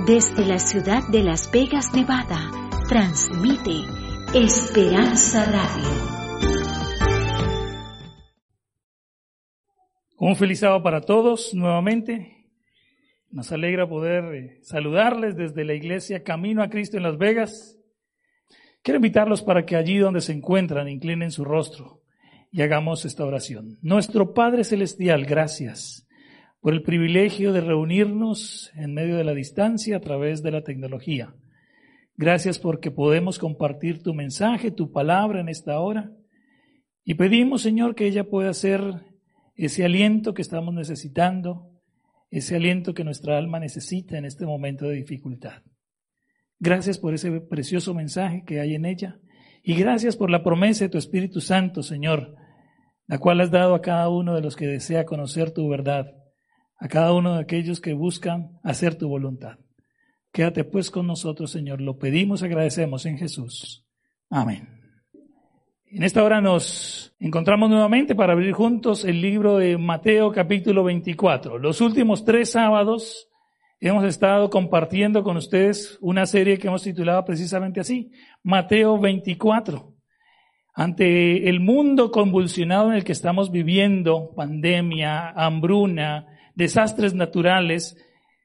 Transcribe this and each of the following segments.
Desde la ciudad de Las Vegas, Nevada, transmite Esperanza Radio. Un feliz sábado para todos nuevamente. Nos alegra poder saludarles desde la iglesia Camino a Cristo en Las Vegas. Quiero invitarlos para que allí donde se encuentran inclinen su rostro y hagamos esta oración. Nuestro Padre Celestial, gracias por el privilegio de reunirnos en medio de la distancia a través de la tecnología. Gracias porque podemos compartir tu mensaje, tu palabra en esta hora. Y pedimos, Señor, que ella pueda ser ese aliento que estamos necesitando, ese aliento que nuestra alma necesita en este momento de dificultad. Gracias por ese precioso mensaje que hay en ella. Y gracias por la promesa de tu Espíritu Santo, Señor, la cual has dado a cada uno de los que desea conocer tu verdad, a cada uno de aquellos que buscan hacer tu voluntad. Quédate pues con nosotros, Señor. Lo pedimos, agradecemos en Jesús. Amén. En esta hora nos encontramos nuevamente para abrir juntos el libro de Mateo capítulo 24. Los últimos 3 sábados hemos estado compartiendo con ustedes una serie que hemos titulado precisamente así, Mateo 24. Ante el mundo convulsionado en el que estamos viviendo, pandemia, hambruna, desastres naturales,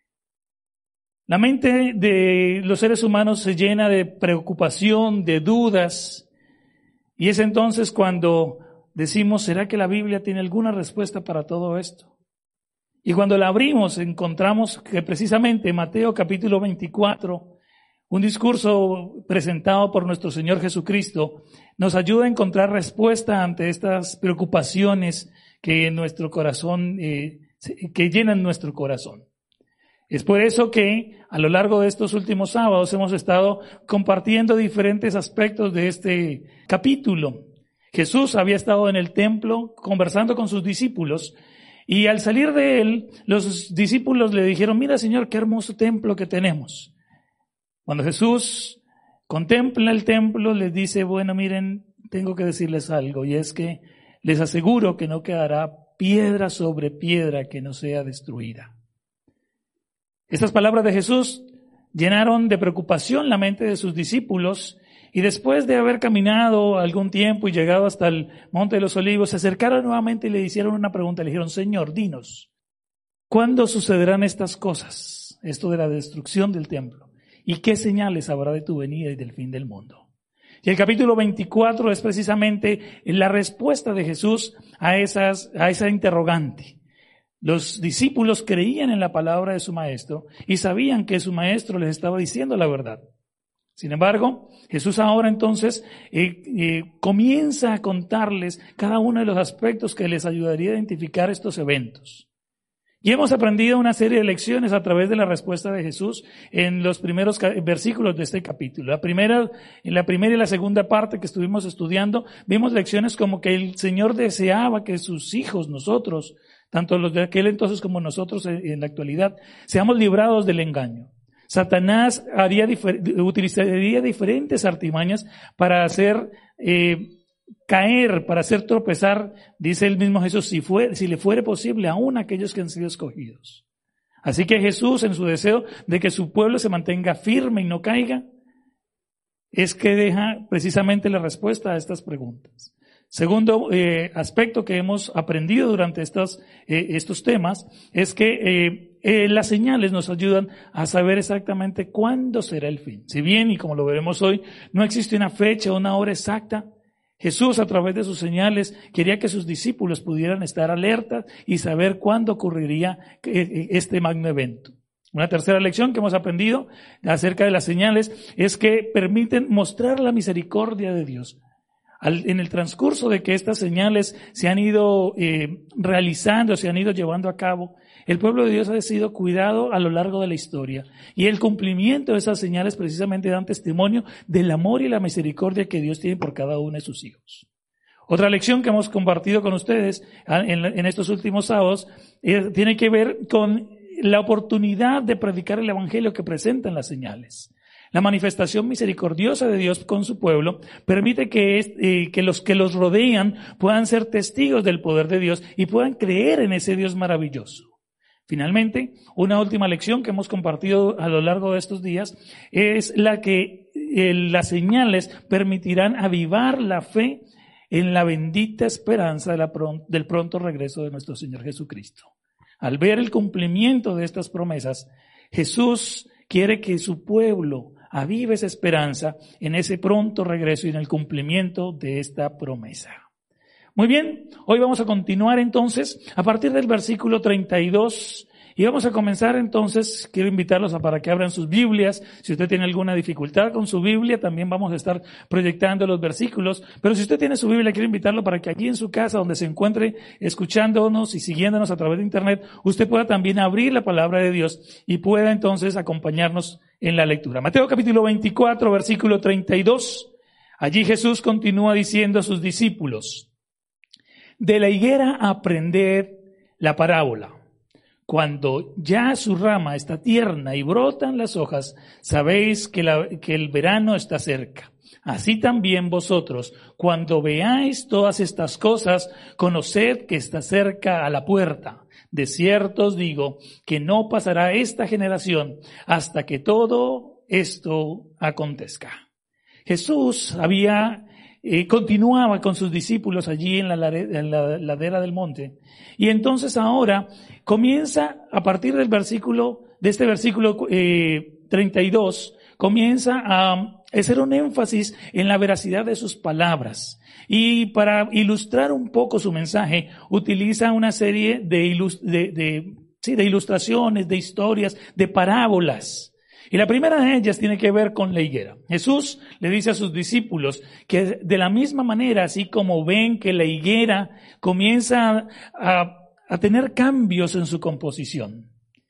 la mente de los seres humanos se llena de preocupación, de dudas, y es entonces cuando decimos, ¿será que la Biblia tiene alguna respuesta para todo esto? Y cuando la abrimos encontramos que precisamente Mateo capítulo 24, un discurso presentado por nuestro Señor Jesucristo, nos ayuda a encontrar respuesta ante estas preocupaciones que en nuestro corazón que llenan nuestro corazón. Es por eso que a lo largo de estos últimos sábados hemos estado compartiendo diferentes aspectos de este capítulo. Jesús había estado en el templo conversando con sus discípulos y al salir de él, los discípulos le dijeron, mira Señor, qué hermoso templo que tenemos. Cuando Jesús contempla el templo, les dice, bueno, miren, tengo que decirles algo y es que les aseguro que no quedará piedra sobre piedra que no sea destruida. Estas palabras de Jesús llenaron de preocupación la mente de sus discípulos y después de haber caminado algún tiempo y llegado hasta el Monte de los Olivos, se acercaron nuevamente y le hicieron una pregunta. Le dijeron, Señor, dinos, ¿cuándo sucederán estas cosas? Esto de la destrucción del templo. ¿Y qué señales habrá de tu venida y del fin del mundo? Y el capítulo 24 es precisamente la respuesta de Jesús a esa interrogante. Los discípulos creían en la palabra de su maestro y sabían que su maestro les estaba diciendo la verdad. Sin embargo, Jesús ahora entonces comienza a contarles cada uno de los aspectos que les ayudaría a identificar estos eventos. Y hemos aprendido una serie de lecciones a través de la respuesta de Jesús en los primeros versículos de este capítulo. En la primera y la segunda parte que estuvimos estudiando, vimos lecciones como que el Señor deseaba que sus hijos, nosotros, tanto los de aquel entonces como nosotros en la actualidad, seamos librados del engaño. Satanás utilizaría diferentes artimañas para hacer caer, para hacer tropezar, dice el mismo Jesús, si le fuere posible, aún aquellos que han sido escogidos. Así que Jesús, en su deseo de que su pueblo se mantenga firme y no caiga, es que deja precisamente la respuesta a estas preguntas. Segundo aspecto que hemos aprendido durante estos temas es que las señales nos ayudan a saber exactamente cuándo será el fin. Si bien, y como lo veremos hoy, no existe una fecha o una hora exacta, Jesús, a través de sus señales, quería que sus discípulos pudieran estar alertas y saber cuándo ocurriría este magno evento. Una tercera lección que hemos aprendido acerca de las señales es que permiten mostrar la misericordia de Dios. En el transcurso de que estas señales se han ido realizando, se han ido llevando a cabo, el pueblo de Dios ha sido cuidado a lo largo de la historia. Y el cumplimiento de esas señales precisamente dan testimonio del amor y la misericordia que Dios tiene por cada uno de sus hijos. Otra lección que hemos compartido con ustedes en estos últimos sábados tiene que ver con la oportunidad de predicar el evangelio que presentan las señales. La manifestación misericordiosa de Dios con su pueblo permite que los que los rodean puedan ser testigos del poder de Dios y puedan creer en ese Dios maravilloso. Finalmente, una última lección que hemos compartido a lo largo de estos días es la que las señales permitirán avivar la fe en la bendita esperanza del pronto regreso de nuestro Señor Jesucristo. Al ver el cumplimiento de estas promesas, Jesús quiere que su pueblo avive esa esperanza en ese pronto regreso y en el cumplimiento de esta promesa. Muy bien, hoy vamos a continuar entonces a partir del versículo 32 y vamos a comenzar entonces, quiero invitarlos para que abran sus Biblias. Si usted tiene alguna dificultad con su Biblia, también vamos a estar proyectando los versículos, pero si usted tiene su Biblia, quiero invitarlo para que allí en su casa, donde se encuentre escuchándonos y siguiéndonos a través de internet, usted pueda también abrir la palabra de Dios y pueda entonces acompañarnos en la lectura. Mateo capítulo 24, versículo 32, allí Jesús continúa diciendo a sus discípulos: de la higuera aprended la parábola. Cuando ya su rama está tierna y brotan las hojas, sabéis que el verano está cerca. Así también vosotros, cuando veáis todas estas cosas, conoced que está cerca a la puerta. De cierto os digo que no pasará esta generación hasta que todo esto acontezca. Jesús continuaba con sus discípulos allí en la ladera del monte. Y entonces ahora comienza, a partir de este versículo 32, comienza a hacer un énfasis en la veracidad de sus palabras. Y para ilustrar un poco su mensaje, utiliza una serie de ilustraciones, de historias, de parábolas. Y la primera de ellas tiene que ver con la higuera. Jesús le dice a sus discípulos que de la misma manera, así como ven que la higuera comienza a tener cambios en su composición,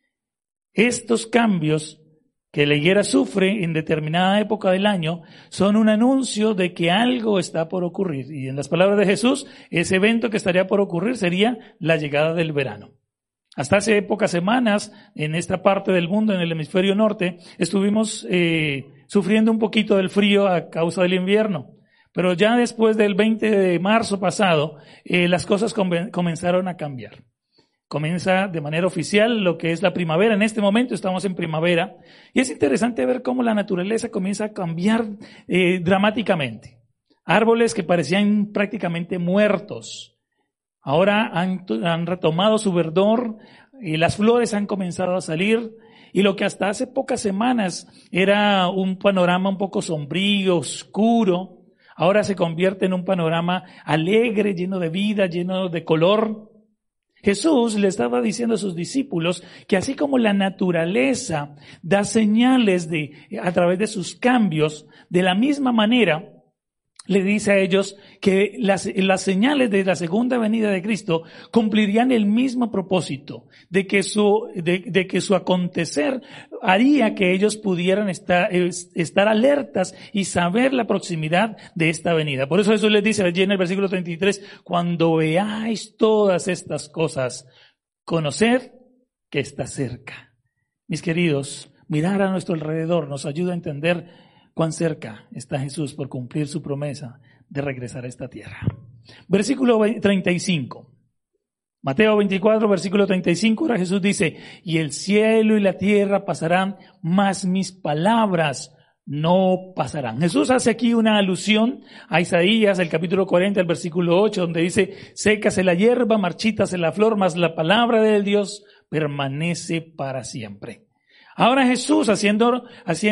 estos cambios que la higuera sufre en determinada época del año son un anuncio de que algo está por ocurrir. Y en las palabras de Jesús, ese evento que estaría por ocurrir sería la llegada del verano. Hasta hace pocas semanas, en esta parte del mundo, en el hemisferio norte, estuvimos sufriendo un poquito del frío a causa del invierno. Pero ya después del 20 de marzo pasado, las cosas comenzaron a cambiar. Comienza de manera oficial lo que es la primavera. En este momento estamos en primavera. Y es interesante ver cómo la naturaleza comienza a cambiar dramáticamente. Árboles que parecían prácticamente muertos ahora han retomado su verdor, y las flores han comenzado a salir, y lo que hasta hace pocas semanas era un panorama un poco sombrío, oscuro, ahora se convierte en un panorama alegre, lleno de vida, lleno de color. Jesús le estaba diciendo a sus discípulos que así como la naturaleza da señales a través de sus cambios, de la misma manera le dice a ellos que las señales de la segunda venida de Cristo cumplirían el mismo propósito, de que su acontecer haría que ellos pudieran estar alertas y saber la proximidad de esta venida. Por eso Jesús les dice allí en el versículo 33, cuando veáis todas estas cosas, conoced que está cerca. Mis queridos, mirar a nuestro alrededor nos ayuda a entender cuán cerca está Jesús por cumplir su promesa de regresar a esta tierra. Versículo 35. Mateo 24, versículo 35, ahora Jesús dice: y el cielo y la tierra pasarán, mas mis palabras no pasarán. Jesús hace aquí una alusión a Isaías, el capítulo 40, el versículo 8, donde dice: sécase la hierba, marchítase la flor, mas la palabra de Dios permanece para siempre. Ahora Jesús, haciendo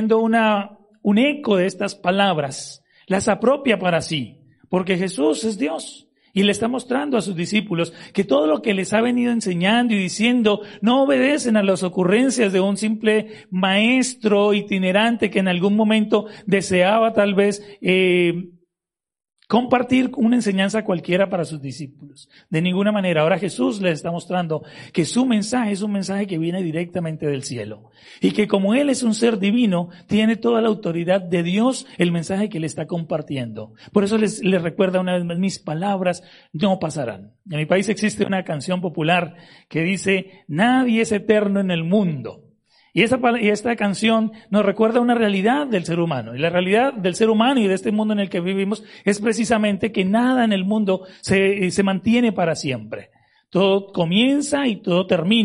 un eco de estas palabras, las apropia para sí, porque Jesús es Dios y le está mostrando a sus discípulos que todo lo que les ha venido enseñando y diciendo no obedecen a las ocurrencias de un simple maestro itinerante que en algún momento deseaba tal vez compartir una enseñanza cualquiera para sus discípulos. De ninguna manera. Ahora Jesús les está mostrando que su mensaje es un mensaje que viene directamente del cielo. Y que como Él es un ser divino, tiene toda la autoridad de Dios el mensaje que le está compartiendo. Por eso les recuerda una vez más: mis palabras no pasarán. En mi país existe una canción popular que dice: nadie es eterno en el mundo. Y esta canción nos recuerda una realidad del ser humano. Y la realidad del ser humano y de este mundo en el que vivimos es precisamente que nada en el mundo se mantiene para siempre. Todo comienza y todo termina.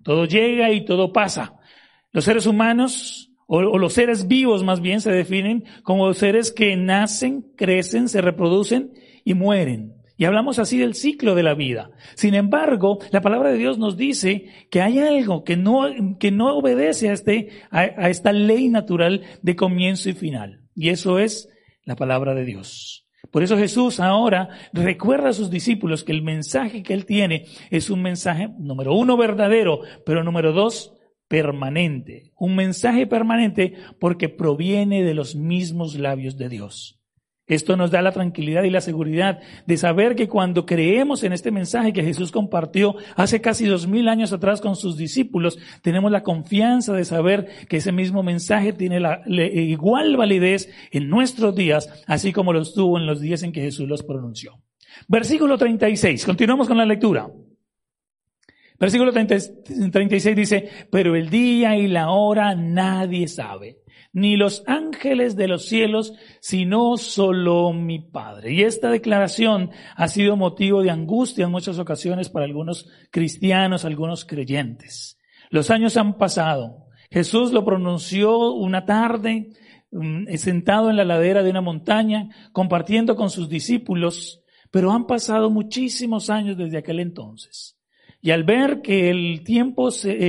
Todo llega y todo pasa. Los seres humanos, o los seres vivos más bien, se definen como seres que nacen, crecen, se reproducen y mueren. Y hablamos así del ciclo de la vida. Sin embargo, la palabra de Dios nos dice que hay algo que no obedece a esta ley natural de comienzo y final. Y eso es la palabra de Dios. Por eso Jesús ahora recuerda a sus discípulos que el mensaje que Él tiene es un mensaje, número uno, verdadero, pero número dos, permanente. Un mensaje permanente porque proviene de los mismos labios de Dios. Esto nos da la tranquilidad y la seguridad de saber que cuando creemos en este mensaje que Jesús compartió hace casi 2000 años atrás con sus discípulos, tenemos la confianza de saber que ese mismo mensaje tiene igual validez en nuestros días, así como lo tuvo en los días en que Jesús los pronunció. Versículo 36, continuamos con la lectura. Versículo 36 dice, pero el día y la hora nadie sabe, ni los ángeles de los cielos, sino solo mi Padre. Y esta declaración ha sido motivo de angustia en muchas ocasiones para algunos cristianos, algunos creyentes. Los años han pasado. Jesús lo pronunció una tarde, sentado en la ladera de una montaña, compartiendo con sus discípulos, pero han pasado muchísimos años desde aquel entonces. Y al ver que el tiempo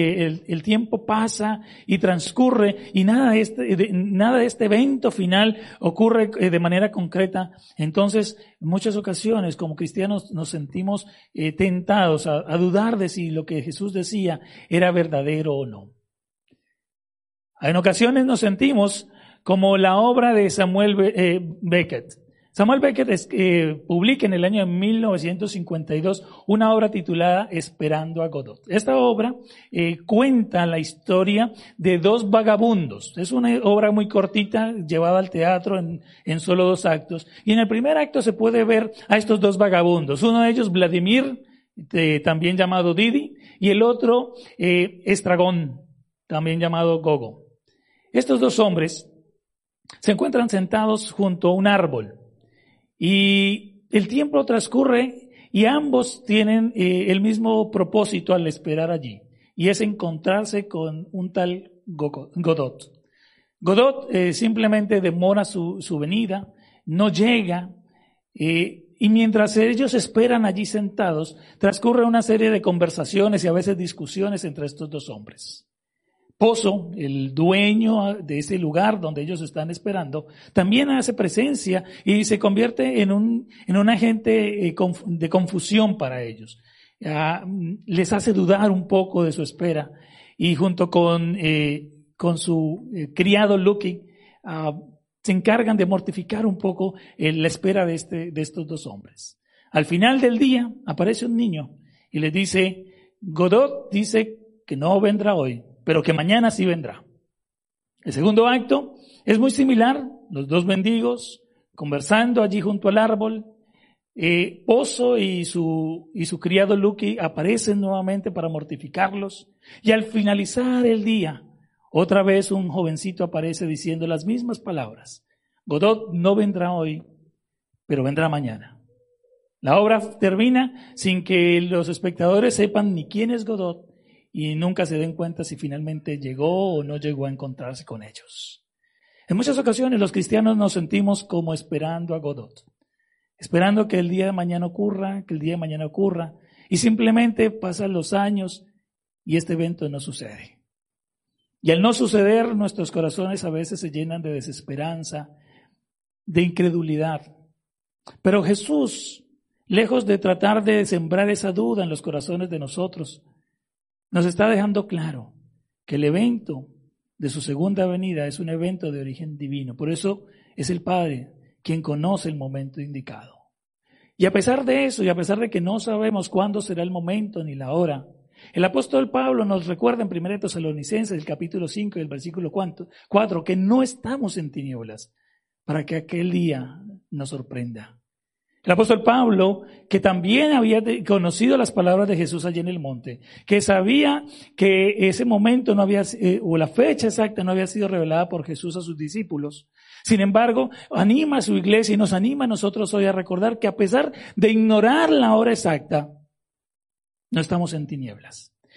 pasa y transcurre y nada de este evento final ocurre de manera concreta, entonces en muchas ocasiones como cristianos nos sentimos tentados a dudar de si lo que Jesús decía era verdadero o no. En ocasiones nos sentimos como la obra de Samuel Beckett. Samuel Beckett publica en el año 1952 una obra titulada Esperando a Godot. Esta obra cuenta la historia de dos vagabundos. Es una obra muy cortita, llevada al teatro en solo 2 actos. Y en el primer acto se puede ver a estos dos vagabundos. Uno de ellos, Vladimir, también llamado Didi, y el otro, Estragón, también llamado Gogo. Estos dos hombres se encuentran sentados junto a un árbol. Y el tiempo transcurre y ambos tienen el mismo propósito al esperar allí, y es encontrarse con un tal Godot. Godot simplemente demora su venida, no llega, y mientras ellos esperan allí sentados, transcurre una serie de conversaciones y a veces discusiones entre estos dos hombres. Pozo, el dueño de ese lugar donde ellos están esperando, también hace presencia y se convierte en un agente de confusión para ellos. Les hace dudar un poco de su espera y junto con su criado Lucky se encargan de mortificar un poco la espera de estos dos hombres. Al final del día aparece un niño y les dice, Godot dice que no vendrá hoy, pero que mañana sí vendrá. El segundo acto es muy similar, los dos mendigos conversando allí junto al árbol. Pozo y su criado Lucky aparecen nuevamente para mortificarlos. Y al finalizar el día, otra vez un jovencito aparece diciendo las mismas palabras. Godot no vendrá hoy, pero vendrá mañana. La obra termina sin que los espectadores sepan ni quién es Godot, y nunca se den cuenta si finalmente llegó o no llegó a encontrarse con ellos. En muchas ocasiones los cristianos nos sentimos como esperando a Godot, esperando que el día de mañana ocurra, y simplemente pasan los años y este evento no sucede. Y al no suceder, nuestros corazones a veces se llenan de desesperanza, de incredulidad. Pero Jesús, lejos de tratar de sembrar esa duda en los corazones de nosotros, nos está dejando claro que el evento de su segunda venida es un evento de origen divino. Por eso es el Padre quien conoce el momento indicado. Y a pesar de eso, y a pesar de que no sabemos cuándo será el momento ni la hora, el apóstol Pablo nos recuerda en 1 Tesalonicenses, el capítulo 5 y el versículo 4, que no estamos en tinieblas para que aquel día nos sorprenda. El apóstol Pablo, que también había conocido las palabras de Jesús allí en el monte, que sabía que ese momento no había, o la fecha exacta no había sido revelada por Jesús a sus discípulos. Sin embargo, anima a su iglesia y nos anima a nosotros hoy a recordar que a pesar de ignorar la hora exacta, no estamos en tinieblas.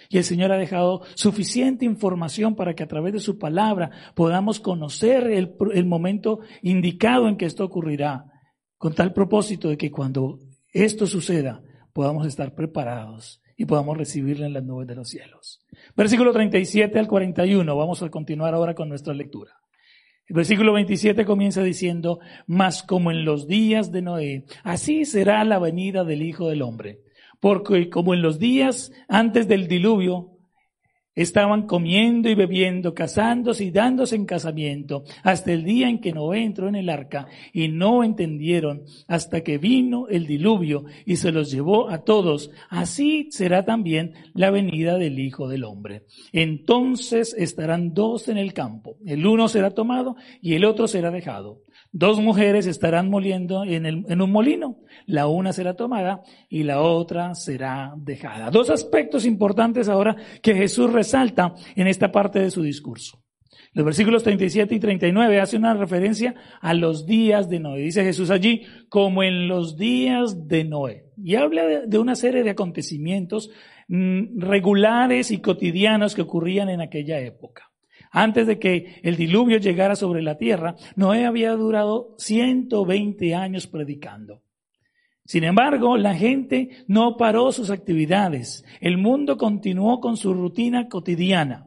Y el Señor ha dejado suficiente información para que a través de su palabra podamos conocer el momento indicado en que esto ocurrirá, con tal propósito de que cuando esto suceda podamos estar preparados y podamos recibirle en las nubes de los cielos. Versículo 37 al 41, vamos a continuar ahora con nuestra lectura. El versículo 27 comienza diciendo: mas como en los días de Noé, así será la venida del Hijo del Hombre. Porque como en los días antes del diluvio, estaban comiendo y bebiendo, casándose y dándose en casamiento, hasta el día en que Noé entró en el arca, y no entendieron hasta que vino el diluvio y se los llevó a todos. Así será también la venida del Hijo del Hombre. Entonces estarán dos en el campo, el uno será tomado y el otro será dejado. Dos mujeres estarán moliendo en un molino, la una será tomada y la otra será dejada. Dos aspectos importantes ahora que Jesús resalta en esta parte de su discurso. Los versículos 37 y 39 hace una referencia a los días de Noé. Dice Jesús allí, como en los días de Noé. Y habla de una serie de acontecimientos regulares y cotidianos que ocurrían en aquella época. Antes de que el diluvio llegara sobre la tierra, Noé había durado 120 años predicando. Sin embargo, la gente no paró sus actividades. El mundo continuó con su rutina cotidiana.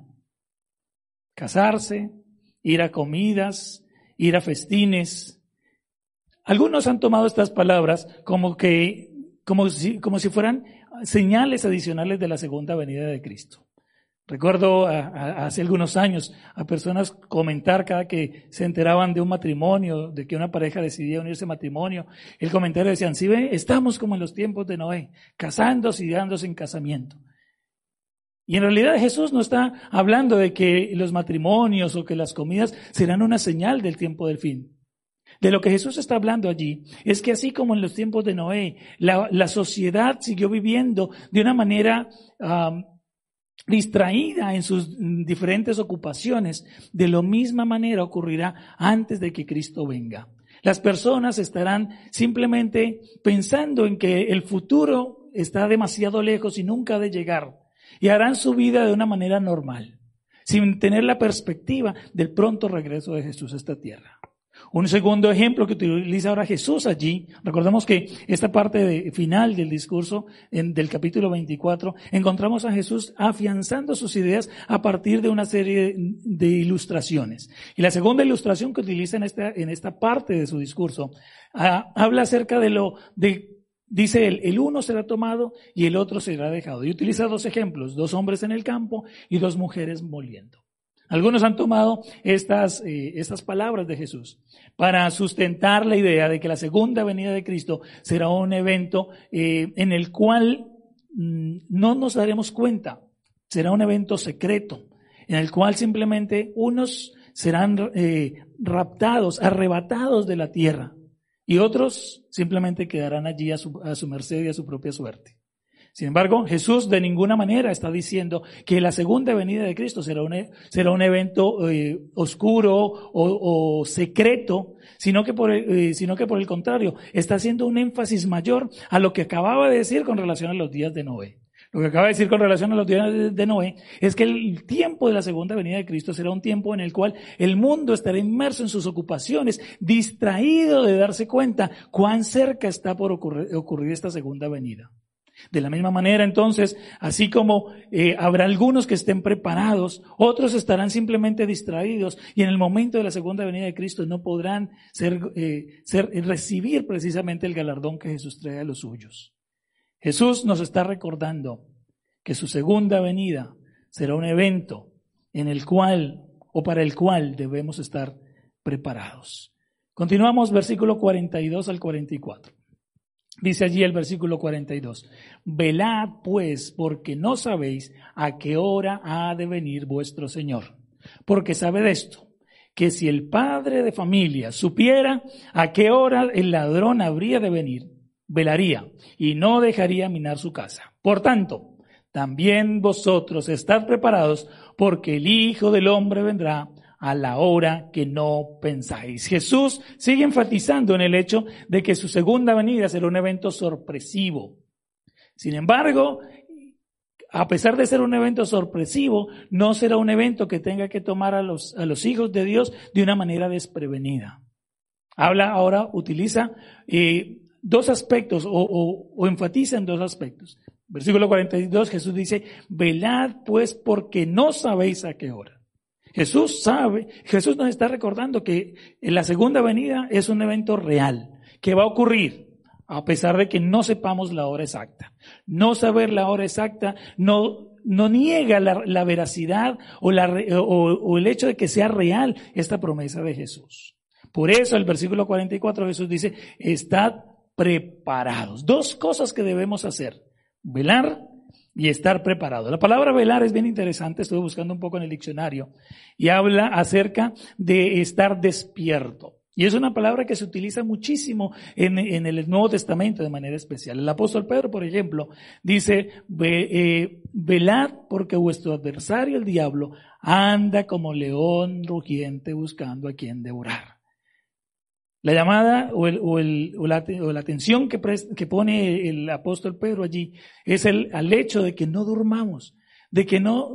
Casarse, ir a comidas, ir a festines. Algunos han tomado estas palabras como si fueran señales adicionales de la segunda venida de Cristo. Recuerdo hace algunos años a personas comentar cada que se enteraban de un matrimonio, de que una pareja decidía unirse a matrimonio. El comentario decían: sí, ve, estamos como en los tiempos de Noé, casándose y dándose en casamiento. Y en realidad Jesús no está hablando de que los matrimonios o que las comidas serán una señal del tiempo del fin. De lo que Jesús está hablando allí es que así como en los tiempos de Noé, la sociedad siguió viviendo de una manera distraída en sus diferentes ocupaciones, de la misma manera ocurrirá antes de que Cristo venga. Las personas estarán simplemente pensando en que el futuro está demasiado lejos y nunca ha de llegar, y harán su vida de una manera normal, sin tener la perspectiva del pronto regreso de Jesús a esta tierra. Un segundo ejemplo que utiliza ahora Jesús allí, recordemos que esta parte final del discurso del capítulo 24, encontramos a Jesús afianzando sus ideas a partir de una serie de ilustraciones. Y la segunda ilustración que utiliza en esta parte de su discurso, habla acerca dice él, el uno será tomado y el otro será dejado. Y utiliza dos ejemplos, 2 hombres en el campo y 2 mujeres moliendo. Algunos han tomado estas palabras de Jesús para sustentar la idea de que la segunda venida de Cristo será un evento en el cual no nos daremos cuenta. Será un evento secreto, en el cual simplemente unos serán raptados, arrebatados de la tierra, y otros simplemente quedarán allí a su merced y a su propia suerte. Sin embargo, Jesús de ninguna manera está diciendo que la segunda venida de Cristo será un evento oscuro o secreto, sino que por el contrario, está haciendo un énfasis mayor a lo que acababa de decir con relación a los días de Noé. Lo que acaba de decir con relación a los días de Noé es que el tiempo de la segunda venida de Cristo será un tiempo en el cual el mundo estará inmerso en sus ocupaciones, distraído de darse cuenta cuán cerca está por ocurrir esta segunda venida. De la misma manera, entonces, así como habrá algunos que estén preparados, otros estarán simplemente distraídos y en el momento de la segunda venida de Cristo no podrán recibir precisamente el galardón que Jesús trae a los suyos. Jesús nos está recordando que su segunda venida será un evento en el cual o para el cual debemos estar preparados. Continuamos versículo 42 al 44. Dice allí el versículo 42, velad pues, porque no sabéis a qué hora ha de venir vuestro Señor. Porque sabed esto, que si el padre de familia supiera a qué hora el ladrón habría de venir, velaría y no dejaría minar su casa. Por tanto, también vosotros estad preparados, porque el Hijo del Hombre vendrá a la hora que no pensáis. Jesús sigue enfatizando en el hecho de que su segunda venida será un evento sorpresivo. Sin embargo, a pesar de ser un evento sorpresivo, no será un evento que tenga que tomar a los hijos de Dios de una manera desprevenida. Utiliza dos aspectos o enfatiza en dos aspectos. Versículo 42, Jesús dice, velad pues porque no sabéis a qué hora. Jesús nos está recordando que la segunda venida es un evento real, que va a ocurrir, a pesar de que no sepamos la hora exacta. No saber la hora exacta no niega la veracidad o el hecho de que sea real esta promesa de Jesús. Por eso el versículo 44 Jesús dice, estad preparados. Dos cosas que debemos hacer, velar y estar preparados. La palabra velar es bien interesante, estuve buscando un poco en el diccionario y habla acerca de estar despierto. Y es una palabra que se utiliza muchísimo en el Nuevo Testamento de manera especial. El apóstol Pedro, por ejemplo, dice, velad porque vuestro adversario, el diablo, anda como león rugiente buscando a quien devorar. La llamada o la atención que pone el apóstol Pedro allí es al hecho de que no durmamos, de que no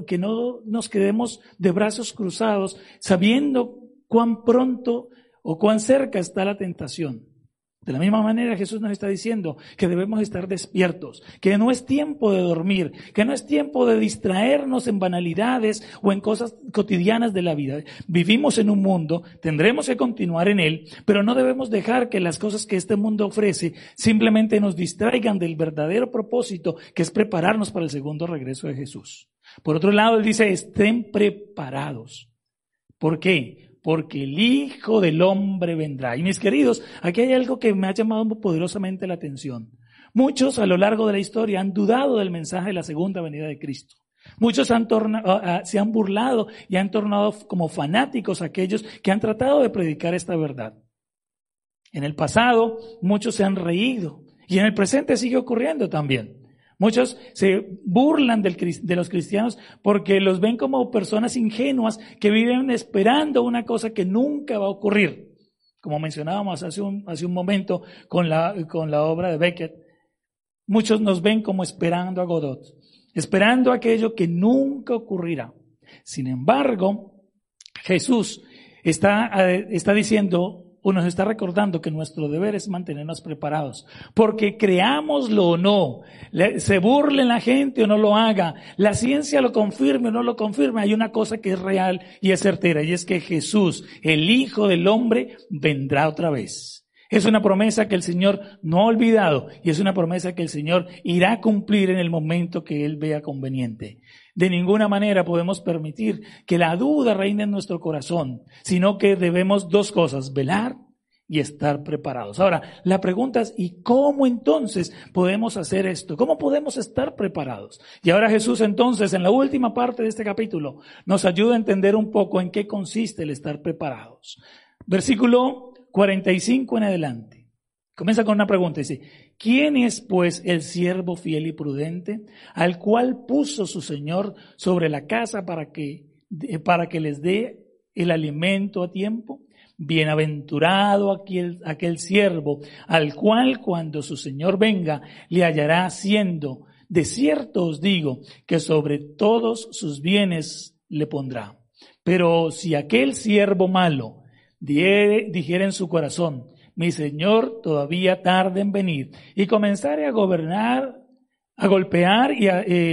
nos quedemos de brazos cruzados sabiendo cuán pronto o cuán cerca está la tentación. De la misma manera Jesús nos está diciendo que debemos estar despiertos, que no es tiempo de dormir, que no es tiempo de distraernos en banalidades o en cosas cotidianas de la vida. Vivimos en un mundo, tendremos que continuar en él, pero no debemos dejar que las cosas que este mundo ofrece simplemente nos distraigan del verdadero propósito, que es prepararnos para el segundo regreso de Jesús. Por otro lado, él dice, estén preparados. ¿Por qué? Porque el Hijo del Hombre vendrá. Y mis queridos, aquí hay algo que me ha llamado poderosamente la atención. Muchos a lo largo de la historia han dudado del mensaje de la segunda venida de Cristo. Muchos se han burlado y han tornado como fanáticos aquellos que han tratado de predicar esta verdad. En el pasado, muchos se han reído y en el presente sigue ocurriendo también. Muchos se burlan de los cristianos porque los ven como personas ingenuas que viven esperando una cosa que nunca va a ocurrir. Como mencionábamos hace un momento con la obra de Beckett, muchos nos ven como esperando a Godot, esperando aquello que nunca ocurrirá. Sin embargo, Jesús está diciendo, o nos está recordando que nuestro deber es mantenernos preparados, porque creámoslo o no, se burle la gente o no lo haga, la ciencia lo confirme o no lo confirme, hay una cosa que es real y es certera, y es que Jesús, el Hijo del Hombre, vendrá otra vez. Es una promesa que el Señor no ha olvidado y es una promesa que el Señor irá a cumplir en el momento que Él vea conveniente. De ninguna manera podemos permitir que la duda reine en nuestro corazón, sino que debemos dos cosas, velar y estar preparados. Ahora, la pregunta es, ¿y cómo entonces podemos hacer esto? ¿Cómo podemos estar preparados? Y ahora Jesús entonces, en la última parte de este capítulo, nos ayuda a entender un poco en qué consiste el estar preparados. Versículo 45 en adelante. Comienza con una pregunta, dice, ¿quién es pues el siervo fiel y prudente, al cual puso su Señor sobre la casa para que les dé el alimento a tiempo? Bienaventurado aquel siervo, al cual cuando su Señor venga, le hallará haciendo. De cierto os digo, que sobre todos sus bienes le pondrá. Pero si aquel siervo malo dijera en su corazón, mi Señor todavía tarda en venir, y comenzare a gobernar, a golpear y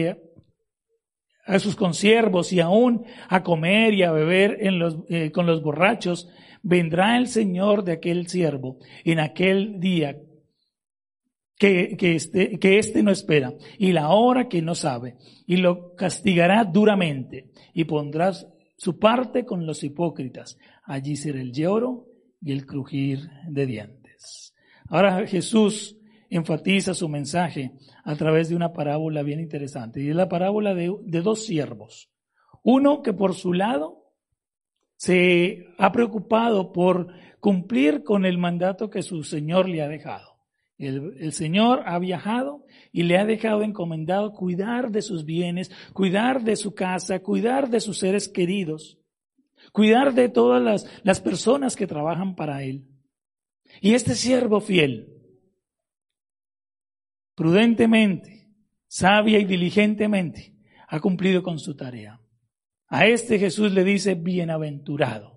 a sus consiervos y aún a comer y a beber con los borrachos, vendrá el Señor de aquel siervo en aquel día que éste no espera y la hora que no sabe, y lo castigará duramente y pondrá su parte con los hipócritas. Allí será el lloro y el crujir de dientes. Ahora Jesús enfatiza su mensaje a través de una parábola bien interesante, y es la parábola de dos siervos. Uno que por su lado se ha preocupado por cumplir con el mandato que su Señor le ha dejado. El Señor ha viajado y le ha dejado encomendado cuidar de sus bienes, cuidar de su casa, cuidar de sus seres queridos, cuidar de todas las personas que trabajan para Él. Y este siervo fiel, prudentemente, sabia y diligentemente ha cumplido con su tarea. A este Jesús le dice, bienaventurado.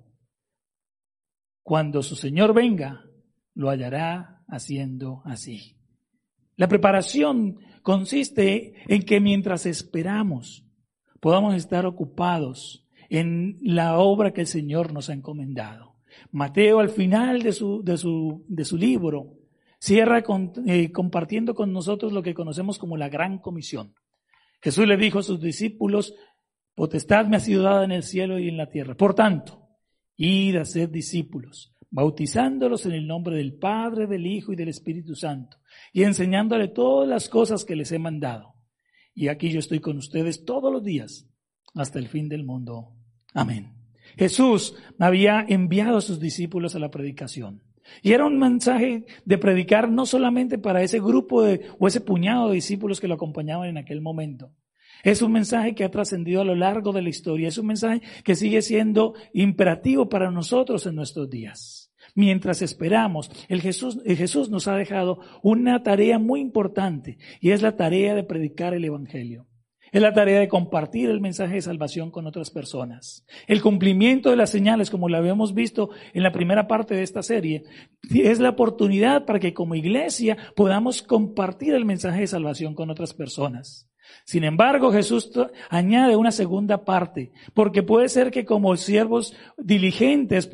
Cuando su Señor venga, lo hallará haciendo así. La preparación consiste en que mientras esperamos, podamos estar ocupados en la obra que el Señor nos ha encomendado. Mateo, al final de su libro, cierra compartiendo con nosotros lo que conocemos como la Gran Comisión. Jesús le dijo a sus discípulos, potestad me ha sido dada en el cielo y en la tierra. Por tanto, id a ser discípulos, bautizándolos en el nombre del Padre, del Hijo y del Espíritu Santo, y enseñándole todas las cosas que les he mandado. Y aquí yo estoy con ustedes todos los días, hasta el fin del mundo. Amén. Jesús había enviado a sus discípulos a la predicación. Y era un mensaje de predicar no solamente para ese grupo o ese puñado de discípulos que lo acompañaban en aquel momento. Es un mensaje que ha trascendido a lo largo de la historia. Es un mensaje que sigue siendo imperativo para nosotros en nuestros días. Mientras esperamos, Jesús nos ha dejado una tarea muy importante y es la tarea de predicar el Evangelio. Es la tarea de compartir el mensaje de salvación con otras personas. El cumplimiento de las señales, como lo habíamos visto en la primera parte de esta serie, es la oportunidad para que como iglesia podamos compartir el mensaje de salvación con otras personas. Sin embargo, Jesús añade una segunda parte, porque puede ser que como siervos diligentes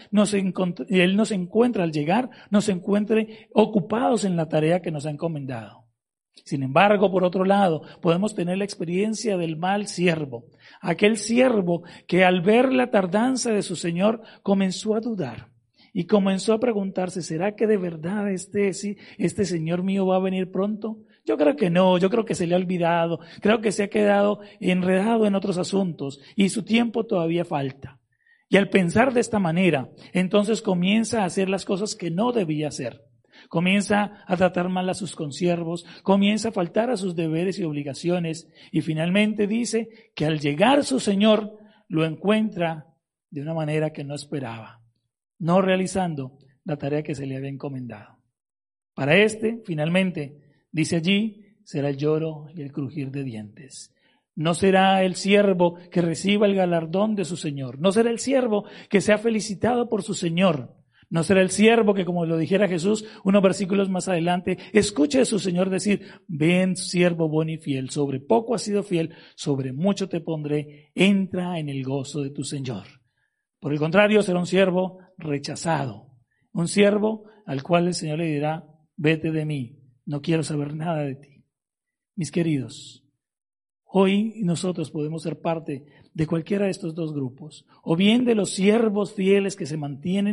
Él nos encuentre al llegar, nos encuentre ocupados en la tarea que nos ha encomendado. Sin embargo, por otro lado, podemos tener la experiencia del mal siervo, aquel siervo que al ver la tardanza de su Señor comenzó a dudar y comenzó a preguntarse, ¿será que de verdad este Señor mío va a venir pronto? Yo creo que no, yo creo que se le ha olvidado, creo que se ha quedado enredado en otros asuntos y su tiempo todavía falta. Y al pensar de esta manera, entonces comienza a hacer las cosas que no debía hacer. Comienza a tratar mal a sus consiervos, comienza a faltar a sus deberes y obligaciones y finalmente dice que al llegar su Señor lo encuentra de una manera que no esperaba, no realizando la tarea que se le había encomendado. Para finalmente, dice allí, será el lloro y el crujir de dientes. No será el siervo que reciba el galardón de su Señor, no será el siervo que sea felicitado por su Señor. No será el siervo que, como lo dijera Jesús unos versículos más adelante, escuche a su Señor decir, ven siervo bueno y fiel, sobre poco has sido fiel, sobre mucho te pondré, entra en el gozo de tu Señor. Por el contrario, será un siervo rechazado, un siervo al cual el Señor le dirá, vete de mí, no quiero saber nada de ti. Mis queridos, hoy nosotros podemos ser parte de cualquiera de estos dos grupos, o bien de los siervos fieles que se mantienen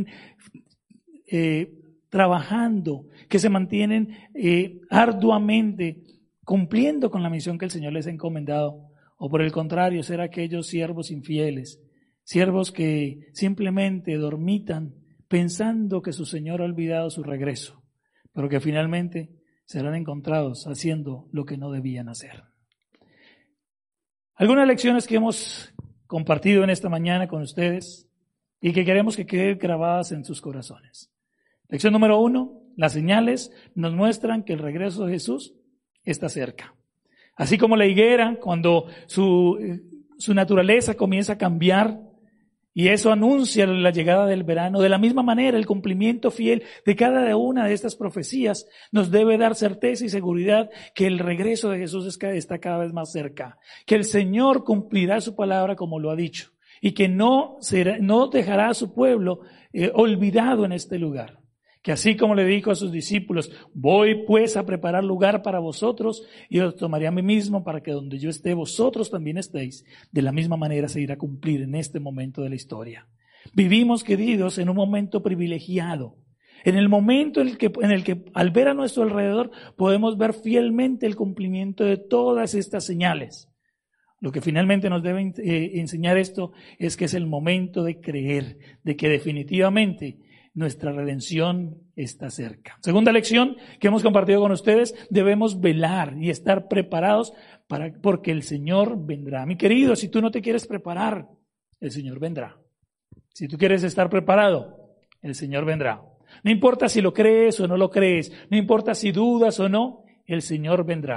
trabajando, que se mantienen arduamente cumpliendo con la misión que el Señor les ha encomendado, o por el contrario, ser aquellos siervos infieles, siervos que simplemente dormitan pensando que su Señor ha olvidado su regreso, pero que finalmente serán encontrados haciendo lo que no debían hacer. Algunas lecciones que hemos compartido en esta mañana con ustedes y que queremos que queden grabadas en sus corazones. Lección número 1, las señales nos muestran que el regreso de Jesús está cerca. Así como la higuera, cuando su naturaleza comienza a cambiar y eso anuncia la llegada del verano, de la misma manera el cumplimiento fiel de cada una de estas profecías nos debe dar certeza y seguridad que el regreso de Jesús está cada vez más cerca, que el Señor cumplirá su palabra como lo ha dicho y que no dejará a su pueblo olvidado en este lugar. Que así como le dijo a sus discípulos, voy pues a preparar lugar para vosotros y os tomaré a mí mismo para que donde yo esté vosotros también estéis. De la misma manera se irá a cumplir en este momento de la historia. Vivimos, queridos, en un momento privilegiado. En el momento en el que al ver a nuestro alrededor podemos ver fielmente el cumplimiento de todas estas señales. Lo que finalmente nos debe enseñar esto es que es el momento de creer, de que definitivamente nuestra redención está cerca. Segunda lección que hemos compartido con ustedes, debemos velar y estar preparados porque el Señor vendrá. Mi querido, si tú no te quieres preparar, el Señor vendrá. Si tú quieres estar preparado, el Señor vendrá. No importa si lo crees o no lo crees, no importa si dudas o no, el Señor vendrá.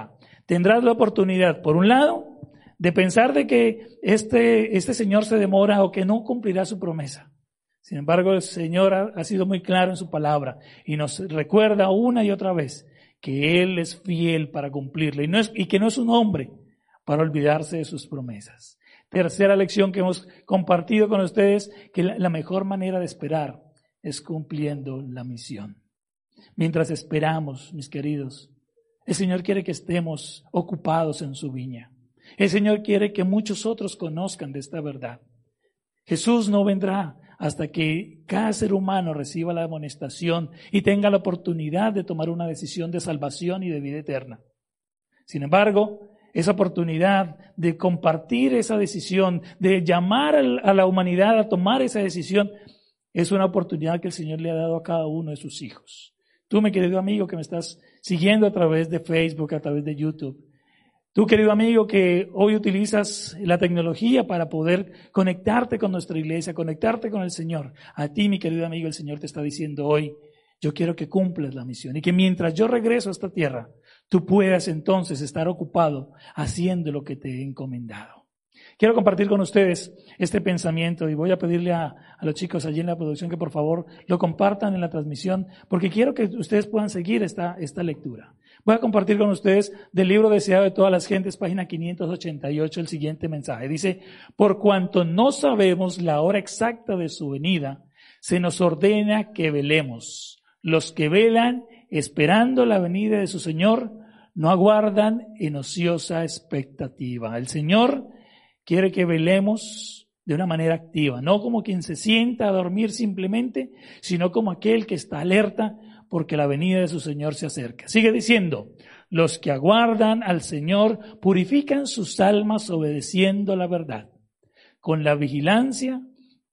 tendrás la oportunidad, por un lado, de pensar de que este Señor se demora o que no cumplirá su promesa. Sin embargo, el Señor ha sido muy claro en su palabra y nos recuerda una y otra vez que Él es fiel para cumplirla y que no es un hombre para olvidarse de sus promesas. Tercera lección que hemos compartido con ustedes, que la mejor manera de esperar es cumpliendo la misión. Mientras esperamos, mis queridos, el Señor quiere que estemos ocupados en su viña. El Señor quiere que muchos otros conozcan de esta verdad. Jesús no vendrá hasta que cada ser humano reciba la amonestación y tenga la oportunidad de tomar una decisión de salvación y de vida eterna. Sin embargo, esa oportunidad de compartir esa decisión, de llamar a la humanidad a tomar esa decisión, es una oportunidad que el Señor le ha dado a cada uno de sus hijos. Tú, mi querido amigo que me estás siguiendo a través de Facebook, a través de YouTube, tú, querido amigo, que hoy utilizas la tecnología para poder conectarte con nuestra iglesia, conectarte con el Señor. A ti, mi querido amigo, el Señor te está diciendo hoy, yo quiero que cumplas la misión y que mientras yo regreso a esta tierra, tú puedas entonces estar ocupado haciendo lo que te he encomendado. Quiero compartir con ustedes este pensamiento y voy a pedirle a los chicos allí en la producción que por favor lo compartan en la transmisión porque quiero que ustedes puedan seguir esta lectura. Voy a compartir con ustedes del libro Deseado de todas las gentes, página 588, el siguiente mensaje. Dice, por cuanto no sabemos la hora exacta de su venida, se nos ordena que velemos. Los que velan, esperando la venida de su Señor, no aguardan en ociosa expectativa. El Señor quiere que velemos de una manera activa, no como quien se sienta a dormir simplemente, sino como aquel que está alerta porque la venida de su Señor se acerca. Sigue diciendo, los que aguardan al Señor purifican sus almas obedeciendo la verdad. Con la vigilancia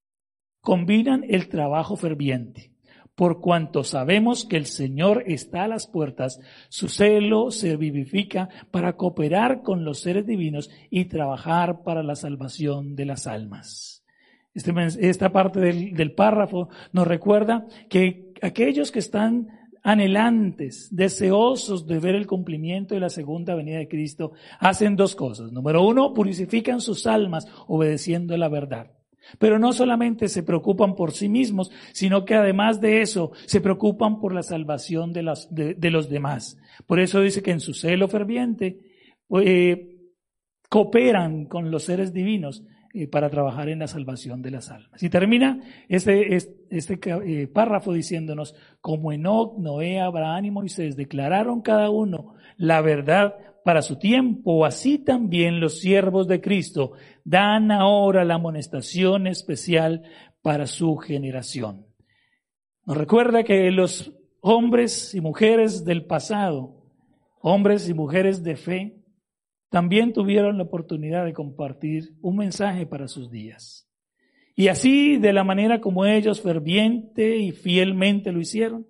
combinan el trabajo ferviente. Por cuanto sabemos que el Señor está a las puertas, su celo se vivifica para cooperar con los seres divinos y trabajar para la salvación de las almas. Esta parte del párrafo nos recuerda que aquellos que están anhelantes, deseosos de ver el cumplimiento de la segunda venida de Cristo, hacen dos cosas. Número uno, purifican sus almas obedeciendo la verdad. Pero no solamente se preocupan por sí mismos, sino que además de eso se preocupan por la salvación de los demás. Por eso dice que en su celo ferviente cooperan con los seres divinos para trabajar en la salvación de las almas. Y termina este párrafo diciéndonos, como Enoc, Noé, Abraham y Moisés declararon cada uno la verdad para su tiempo, así también los siervos de Cristo dan ahora la amonestación especial para su generación. Nos recuerda que los hombres y mujeres del pasado, hombres y mujeres de fe, también tuvieron la oportunidad de compartir un mensaje para sus días. Y así, de la manera como ellos ferviente y fielmente lo hicieron,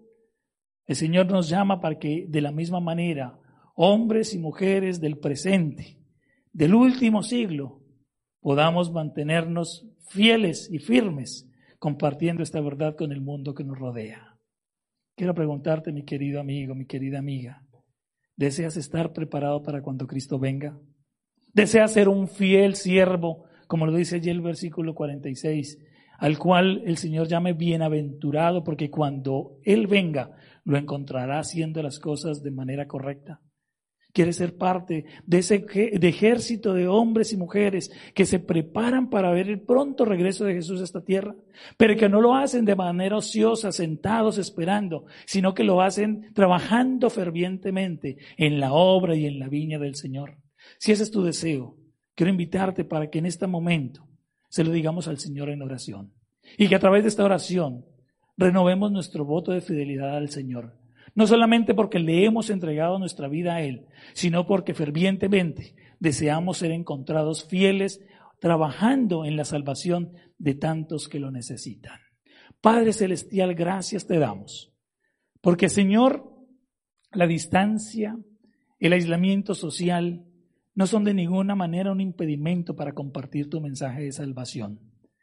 el Señor nos llama para que de la misma manera hombres y mujeres del presente, del último siglo, podamos mantenernos fieles y firmes compartiendo esta verdad con el mundo que nos rodea. Quiero preguntarte, mi querido amigo, mi querida amiga, ¿deseas estar preparado para cuando Cristo venga? ¿Deseas ser un fiel siervo, como lo dice allí el versículo 46, al cual el Señor llame bienaventurado, porque cuando Él venga lo encontrará haciendo las cosas de manera correcta? ¿Quieres ser parte de ese ejército de hombres y mujeres que se preparan para ver el pronto regreso de Jesús a esta tierra? Pero que no lo hacen de manera ociosa, sentados esperando, sino que lo hacen trabajando fervientemente en la obra y en la viña del Señor. Si ese es tu deseo, quiero invitarte para que en este momento se lo digamos al Señor en oración. Y que a través de esta oración renovemos nuestro voto de fidelidad al Señor. No solamente porque le hemos entregado nuestra vida a Él, sino porque fervientemente deseamos ser encontrados fieles, trabajando en la salvación de tantos que lo necesitan. Padre Celestial, gracias te damos, porque Señor, la distancia, el aislamiento social no son de ninguna manera un impedimento para compartir tu mensaje de salvación.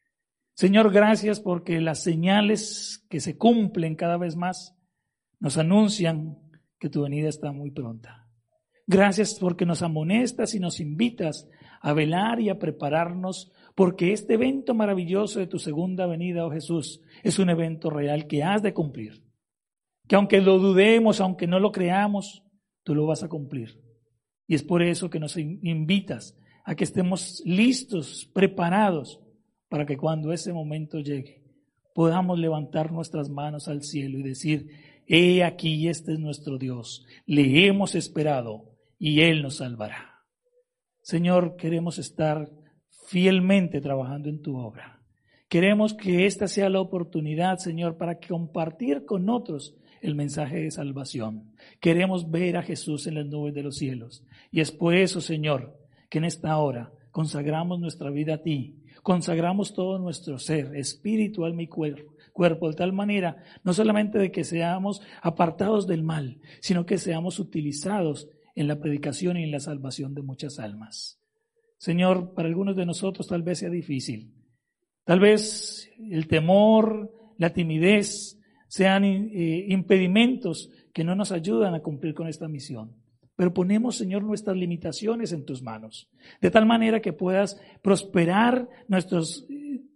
Señor, gracias porque las señales que se cumplen cada vez más nos anuncian que tu venida está muy pronta. Gracias porque nos amonestas y nos invitas a velar y a prepararnos, porque este evento maravilloso de tu segunda venida, oh Jesús, es un evento real que has de cumplir. Que aunque lo dudemos, aunque no lo creamos, tú lo vas a cumplir. Y es por eso que nos invitas a que estemos listos, preparados, para que cuando ese momento llegue, podamos levantar nuestras manos al cielo y decir: he aquí, este es nuestro Dios, le hemos esperado y Él nos salvará. Señor, queremos estar fielmente trabajando en tu obra. Queremos que esta sea la oportunidad, Señor, para compartir con otros el mensaje de salvación. Queremos ver a Jesús en las nubes de los cielos. Y es por eso, Señor, que en esta hora consagramos nuestra vida a ti, consagramos todo nuestro ser, espíritu, alma y cuerpo, de tal manera, no solamente de que seamos apartados del mal, sino que seamos utilizados en la predicación y en la salvación de muchas almas. Señor, para algunos de nosotros tal vez sea difícil. Tal vez el temor, la timidez sean impedimentos que no nos ayudan a cumplir con esta misión. Pero ponemos, Señor, nuestras limitaciones en tus manos, de tal manera que puedas prosperar nuestros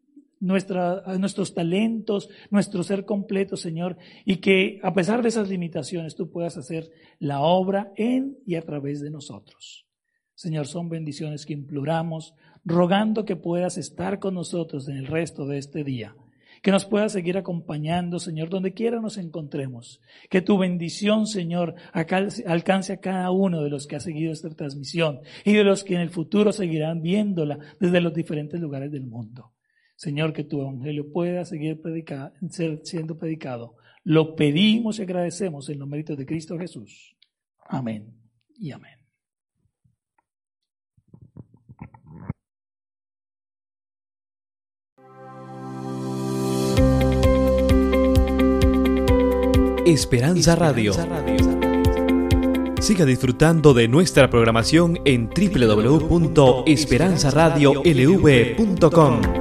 talentos, nuestro ser completo, Señor, y que a pesar de esas limitaciones tú puedas hacer la obra en y a través de nosotros. Señor, son bendiciones que imploramos, rogando que puedas estar con nosotros en el resto de este día, que nos puedas seguir acompañando, Señor, donde quiera nos encontremos, que tu bendición, Señor, alcance a cada uno de los que ha seguido esta transmisión y de los que en el futuro seguirán viéndola desde los diferentes lugares del mundo. Señor, que tu evangelio pueda seguir siendo predicado. Lo pedimos y agradecemos en los méritos de Cristo Jesús. Amén y amén. Esperanza Radio. Siga disfrutando de nuestra programación en www.esperanzaradiolv.com.